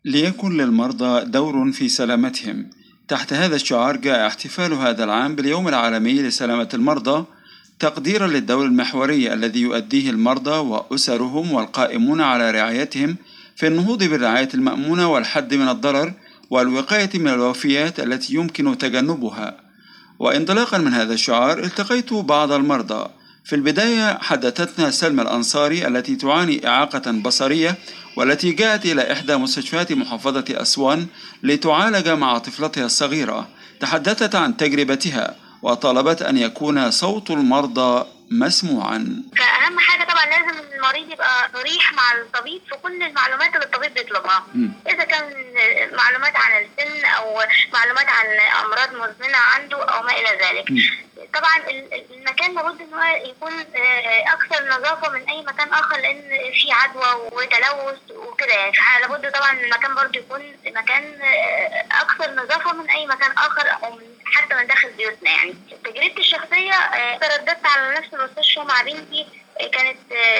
ليكن للمرضى دور في سلامتهم. تحت هذا الشعار جاء احتفال هذا العام باليوم العالمي لسلامة المرضى، تقديرا للدور المحوري الذي يؤديه المرضى وأسرهم والقائمون على رعايتهم في النهوض بالرعاية المأمونة والحد من الضرر والوقاية من الوفيات التي يمكن تجنبها. وانطلاقا من هذا الشعار التقيت بعض المرضى. في البداية حدثتنا سلمى الأنصاري التي تعاني إعاقة بصرية، والتي جاءت إلى إحدى مستشفيات محافظة أسوان لتعالج مع طفلتها الصغيرة. تحدثت عن تجربتها وطلبت أن يكون صوت المرضى مسموعا. فأهم حاجة طبعا لازم المريض يبقى صريح مع الطبيب في كل المعلومات اللي الطبيب بيطلبها، إذا كان معلومات عن السن أو معلومات عن أمراض مزمنة عنده أو ما إلى ذلك. طبعا المكان لابد ان هو يكون اكثر نظافه من اي مكان اخر، لان في عدوى وتلوث وكده يعني. لابد طبعا المكان برضه يكون مكان اكثر نظافه من اي مكان اخر او حتى من داخل بيوتنا يعني. تجربتي الشخصيه ترددت على نفس المستشفى مع بنتي، كانت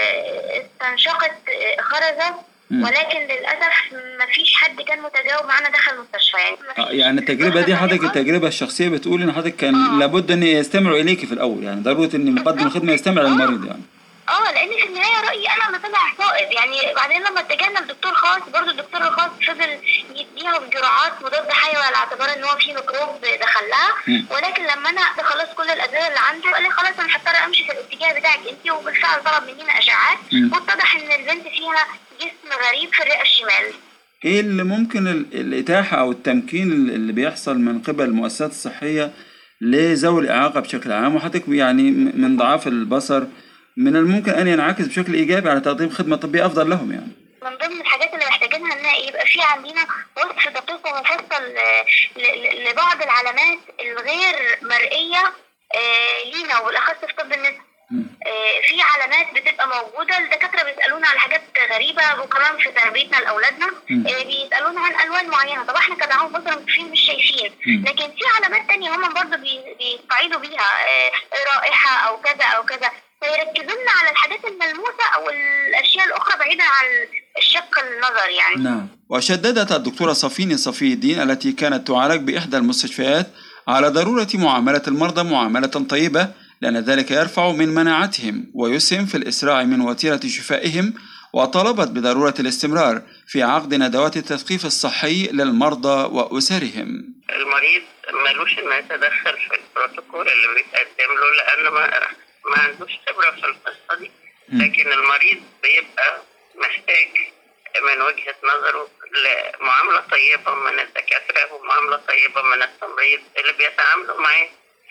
استنشقت خرزه، ولكن للأسف ما فيش حد كان متجاوب معنا داخل المستشفى يعني. يعني التجربة دي حضرتك التجربة الشخصية بتقول إن حضرتك كان لابد إن يستمعوا إليكي في الأول، يعني ضرورة إن مقدم الخدمة يستمع للمريض يعني. لأن في النهاية رأيي أنا اللي طلع صائب يعني. بعدين لما اتجهنا لدكتور خاص، برضه الدكتور الخاص فضل يديهم جرعات مضاد حيوي على اعتبار إن هو في ميكروب دخل لها، ولكن لما أنا خلاص كل الأدوية اللي عندي قال لي خلاص أنا هضطر أمشي في الاتجاه بتاعك أنت، وبالفعل طلب مننا أشعات واتضح إن البنت فيها جسم غريب في الرئة الشمال. ايه اللي ممكن الاتاحة او التمكين اللي بيحصل من قبل المؤسسات الصحية لذوي الإعاقة بشكل عام، وحضرتك يعني من ضعاف البصر من الممكن ان ينعكس بشكل ايجابي على تقديم خدمة طبية افضل لهم يعني؟ من ضمن الحاجات اللي محتاجينها ان يبقى في عندنا وصف دقيق ومفصل لبعض العلامات الغير مرئية لينا، وبالاخص في طب النساء. في علامات بتبقى موجودة، الدكاترة بيسألونا على حاجات غريبة، وكمان في تربيتنا لأولادنا بيسألونا عن ألوان معينة. طب احنا كدعوة بصر مش شايفين، لكن في علامات تانية هم برضو بيستعيدوا بيها رائحة أو كذا أو كذا، فيركزون على الحاجات الملموسة أو الأشياء الأخرى بعيدة عن الشق النظر يعني. نعم. وشددت الدكتورة صفيني صفي الدين التي كانت تعالج بإحدى المستشفيات على ضرورة معاملة المرضى معاملة طيبة، لأن ذلك يرفع من مناعتهم ويسهم في الإسراع من وتيرة شفائهم، وطلبت بضرورة الاستمرار في عقد ندوات التثقيف الصحي للمرضى وأسرهم. المريض ملوش إنه يتدخل في البروتوكول اللي بيتقدم له لأنه ما عندوش خبرة في القصة دي، لكن المريض بيبقى محتاج من وجهة نظره لمعاملة طيبة من الدكاترة ومعاملة طيبة من التمريض اللي بيتعاملوا معاه.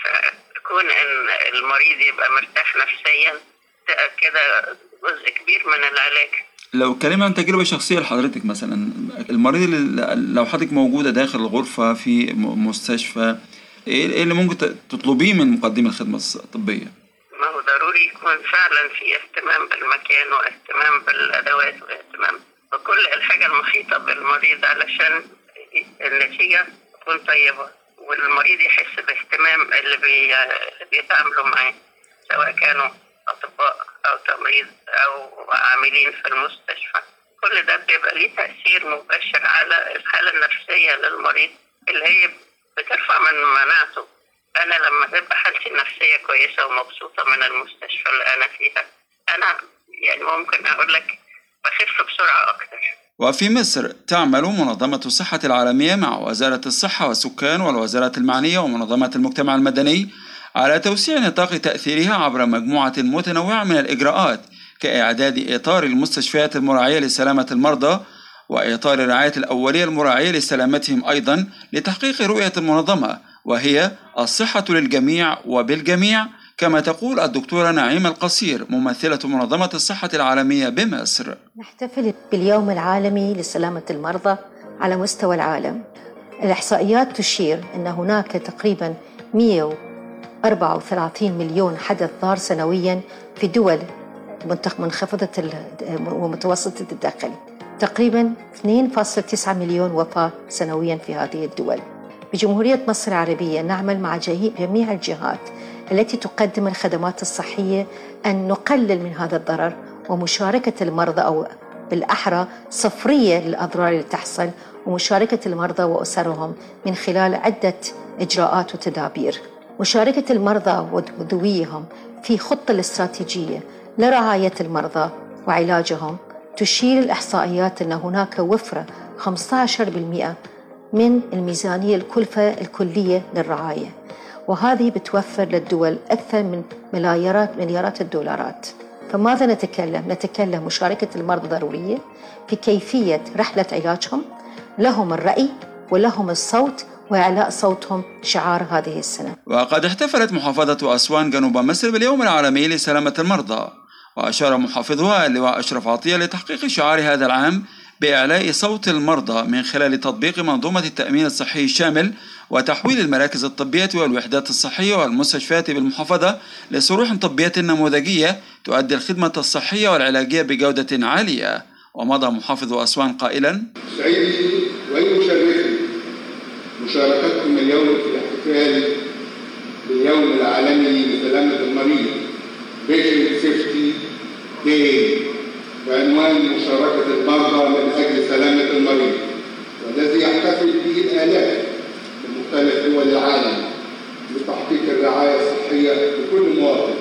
فكون ان المريض يبقى مرتاح نفسيا ده كده جزء كبير من العلاج. لو اتكلمنا عن تجربة شخصية لحضرتك مثلا، المريض اللي لو حضرتك موجودة داخل الغرفة في مستشفى، ايه اللي ممكن تطلبيه من مقدم الخدمة الطبية؟ ما هو ضروري يكون فعلا في اهتمام بالمكان واهتمام بالأدوات واهتمام بكل الحاجة المحيطة بالمريض علشان النتيجة تكون طيبة والمريض يحس باهتمام اللي بيتعاملوا معاه، سواء كانوا أطباء أو تمريض أو عاملين في المستشفى. كل ده بيبقى ليه تأثير مباشر على الحالة النفسية للمريض اللي هي بترفع من مناعته. أنا لما تبقى حالتي النفسية كويسة ومبسوطة من المستشفى اللي أنا فيها، أنا يعني ممكن أقول لك بخف بسرعة أكتر. وفي مصر تعمل منظمة الصحة العالمية مع وزارة الصحة والسكان والوزارات المعنية ومنظمة المجتمع المدني على توسيع نطاق تأثيرها عبر مجموعة متنوعة من الإجراءات، كإعداد إطار المستشفيات المراعية لسلامة المرضى وإطار الرعاية الأولية المراعية لسلامتهم أيضا، لتحقيق رؤية المنظمة وهي الصحة للجميع وبالجميع، كما تقول الدكتورة نعيمة القصير ممثلة منظمة الصحة العالمية بمصر. نحتفل باليوم العالمي لسلامة المرضى على مستوى العالم. الإحصائيات تشير أن هناك تقريباً 134 مليون حدث ظاهر سنوياً في دول منخفضة ومتوسطة الدخل، تقريباً 2.9 مليون وفاة سنوياً في هذه الدول. بجمهورية مصر العربية نعمل مع جميع الجهات التي تقدم الخدمات الصحية أن نقلل من هذا الضرر، ومشاركة المرضى أو بالأحرى صفرية للأضرار اللي تحصل، ومشاركة المرضى وأسرهم من خلال عدة إجراءات وتدابير. مشاركة المرضى وذويهم في خطة الاستراتيجية لرعاية المرضى وعلاجهم تشير الإحصائيات أن هناك وفرة 15% من الميزانية الكلفة الكلية للرعاية، وهذه بتوفر للدول أكثر من مليارات الدولارات. فماذا نتكلم؟ نتكلم مشاركة المرضى ضرورية في كيفية رحلة علاجهم، لهم الرأي ولهم الصوت وإعلاء صوتهم شعار هذه السنة. وقد احتفلت محافظة أسوان جنوب مصر باليوم العالمي لسلامة المرضى، وأشار محافظها اللواء أشرف عطية لتحقيق شعار هذا العام بإعلاء صوت المرضى من خلال تطبيق منظومة التأمين الصحي الشامل وتحويل المراكز الطبية والوحدات الصحية والمستشفيات بالمحافظة لصروح طبية نموذجية تؤدي الخدمة الصحية والعلاجية بجودة عالية. ومضى محافظ أسوان قائلا: سعيد ويشرفني مشاركتكم اليوم في الاحتفال باليوم العالمي لسلامة المريض Patient Safety Day بعنوان مشاركة المرضى من أجل سلامة المريض، والذي يحتفل به الآلاف من مختلف دول العالم لتحقيق الرعاية الصحية لكل مواطن.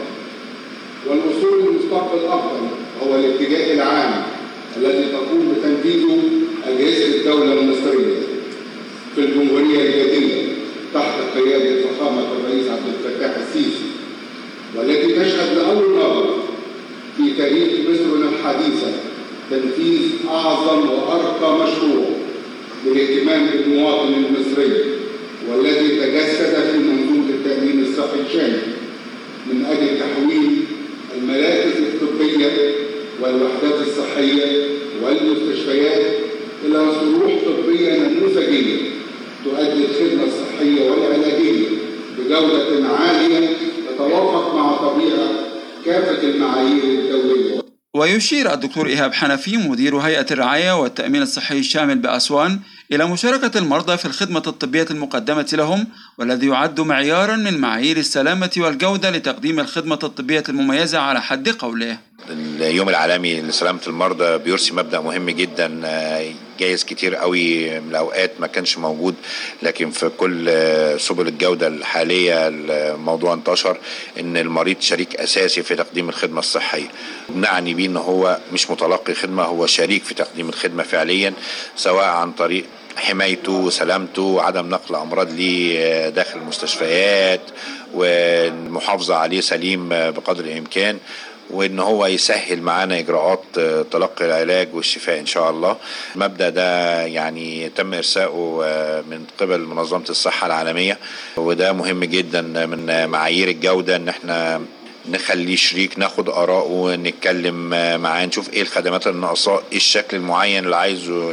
والوصول لمستقبل أفضل هو الاتجاه العام الذي تقوم بتنفيذه أجهزة الدولة المصرية في الجمهورية الجديدة تحت قيادة فخامة الرئيس عبد الفتاح السيسي، والتي تشهد لأول مرة في تاريخ مصرنا الحديثة تنفيذ أعظم وأرقى مشروع للاهتمام بالمواطن المصري، والذي تجسد في منظومة التأمين الصحي الشامل من أجل تحويل المراكز الطبية والوحدات الصحية والمستشفيات إلى صروح طبية نموذجية تؤدي الخدمة الصحية والعلاجية بجودة عالية تتوافق مع طبيعة كافة المعايير الدولية. ويشير الدكتور إيهاب حنفي مدير هيئة الرعاية والتأمين الصحي الشامل بأسوان إلى مشاركة المرضى في الخدمة الطبية المقدمة لهم، والذي يعد معيارا من معايير السلامة والجودة لتقديم الخدمة الطبية المميزة على حد قوله. اليوم العالمي لسلامة المرضى بيرسي مبدأ مهم جدا، جايز كتير قوي من الأوقات ما كانش موجود، لكن في كل سبل الجودة الحالية الموضوع انتشر إن المريض شريك أساسي في تقديم الخدمة الصحية. نعني بيه إن هو مش متلقي خدمة، هو شريك في تقديم الخدمة فعليا، سواء عن طريق حمايته وسلامته وعدم نقل أمراض ليه داخل المستشفيات والمحافظة عليه سليم بقدر الإمكان، وإن هو يسهل معانا إجراءات تلقي العلاج والشفاء إن شاء الله. المبدأ ده يعني تم إرسائه من قبل منظمة الصحة العالمية، وده مهم جدا من معايير الجودة إن احنا نخليه شريك، ناخد آراءه، نتكلم معاه، نشوف ايه الخدمات الناقصة، ايه الشكل المعين اللي عايزه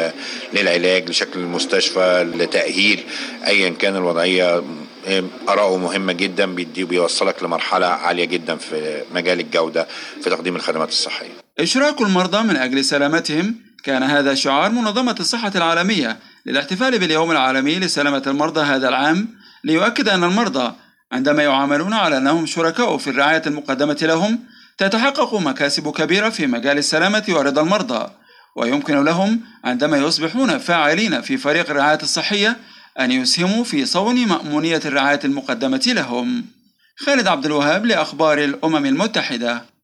للعلاج، لشكل المستشفى، لتأهيل ايا كان الوضعية. آراءه مهمة جدا، بيوصلك لمرحلة عالية جدا في مجال الجودة في تقديم الخدمات الصحية. إشراك المرضى من أجل سلامتهم كان هذا شعار منظمة الصحة العالمية للاحتفال باليوم العالمي لسلامة المرضى هذا العام، ليؤكد أن المرضى عندما يعاملون على أنهم شركاء في الرعاية المقدمة لهم تتحقق مكاسب كبيرة في مجال السلامة ورضا المرضى، ويمكن لهم عندما يصبحون فاعلين في فريق الرعاية الصحية أن يسهموا في صون مأمونية الرعاية المقدمة لهم. خالد عبد الوهاب لأخبار الأمم المتحدة.